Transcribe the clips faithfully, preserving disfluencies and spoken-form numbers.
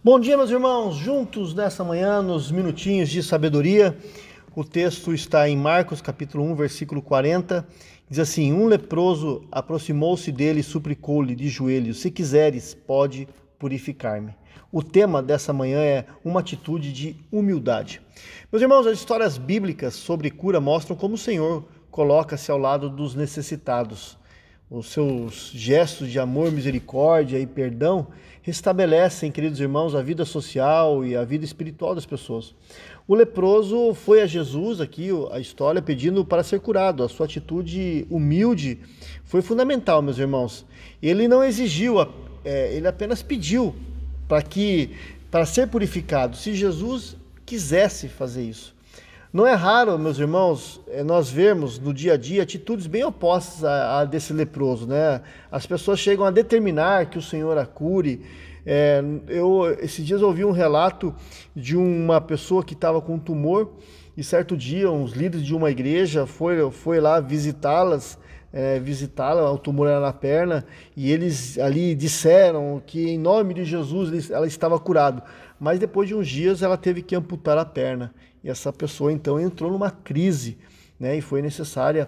Bom dia, meus irmãos, juntos nessa manhã, nos minutinhos de sabedoria. O texto está em Marcos, capítulo um, versículo quarenta. Diz assim: Um leproso aproximou-se dele e suplicou-lhe de joelhos: Se quiseres, pode purificar-me. O tema dessa manhã é uma atitude de humildade. Meus irmãos, as histórias bíblicas sobre cura mostram como o Senhor coloca-se ao lado dos necessitados. Os seus gestos de amor, misericórdia e perdão restabelecem, queridos irmãos, a vida social e a vida espiritual das pessoas. O leproso foi a Jesus, aqui a história, pedindo para ser curado. A sua atitude humilde foi fundamental, meus irmãos. Ele não exigiu, ele apenas pediu para que, para ser purificado, se Jesus quisesse fazer isso. Não é raro, meus irmãos, nós vermos no dia a dia atitudes bem opostas a, a desse leproso, né? As pessoas chegam a determinar que o Senhor a cure. É, eu, esses dias eu ouvi um relato de uma pessoa que estava com um tumor e certo dia uns líderes de uma igreja foi, foi lá visitá-las, é, visitá-la, o tumor era na perna, e eles ali disseram que em nome de Jesus ela estava curada. Mas depois de uns dias ela teve que amputar a perna. E essa pessoa então entrou numa crise, né? E foi necessária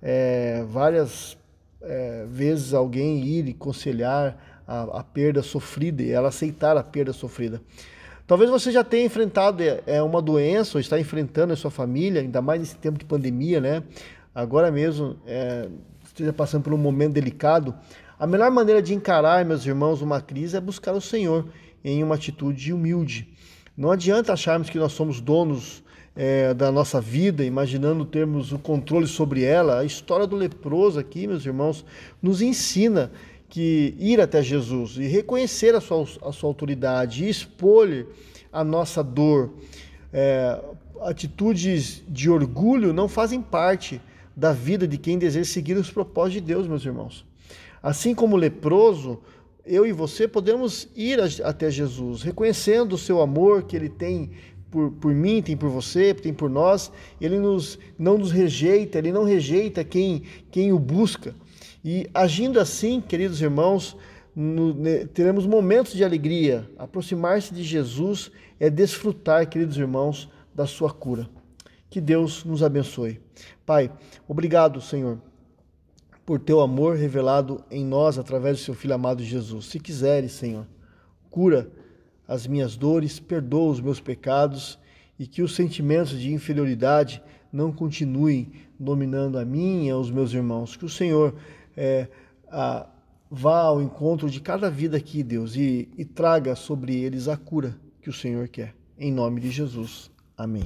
é, várias é, vezes alguém ir e aconselhar a, a perda sofrida e ela aceitar a perda sofrida. Talvez você já tenha enfrentado é, uma doença ou está enfrentando a sua família, ainda mais nesse tempo de pandemia, né? Agora mesmo é, esteja passando por um momento delicado. A melhor maneira de encarar, meus irmãos, uma crise é buscar o Senhor em uma atitude humilde. Não adianta acharmos que nós somos donos é, da nossa vida, imaginando termos o controle sobre ela. A história do leproso aqui, meus irmãos, nos ensina que ir até Jesus e reconhecer a sua, a sua autoridade e expor a nossa dor. É, atitudes de orgulho não fazem parte da vida de quem deseja seguir os propósitos de Deus, meus irmãos. Assim como o leproso, eu e você podemos ir até Jesus, reconhecendo o seu amor que Ele tem por, por mim, tem por você, tem por nós. Ele nos, não nos rejeita, Ele não rejeita quem, quem o busca. E agindo assim, queridos irmãos, no, né, teremos momentos de alegria. Aproximar-se de Jesus é desfrutar, queridos irmãos, da sua cura. Que Deus nos abençoe. Pai, obrigado, Senhor, por teu amor revelado em nós através do seu Filho amado Jesus. Se quiseres, Senhor, cura as minhas dores, perdoa os meus pecados e que os sentimentos de inferioridade não continuem dominando a mim e aos meus irmãos. Que o Senhor é, a, vá ao encontro de cada vida aqui, Deus, e, e traga sobre eles a cura que o Senhor quer. Em nome de Jesus. Amém.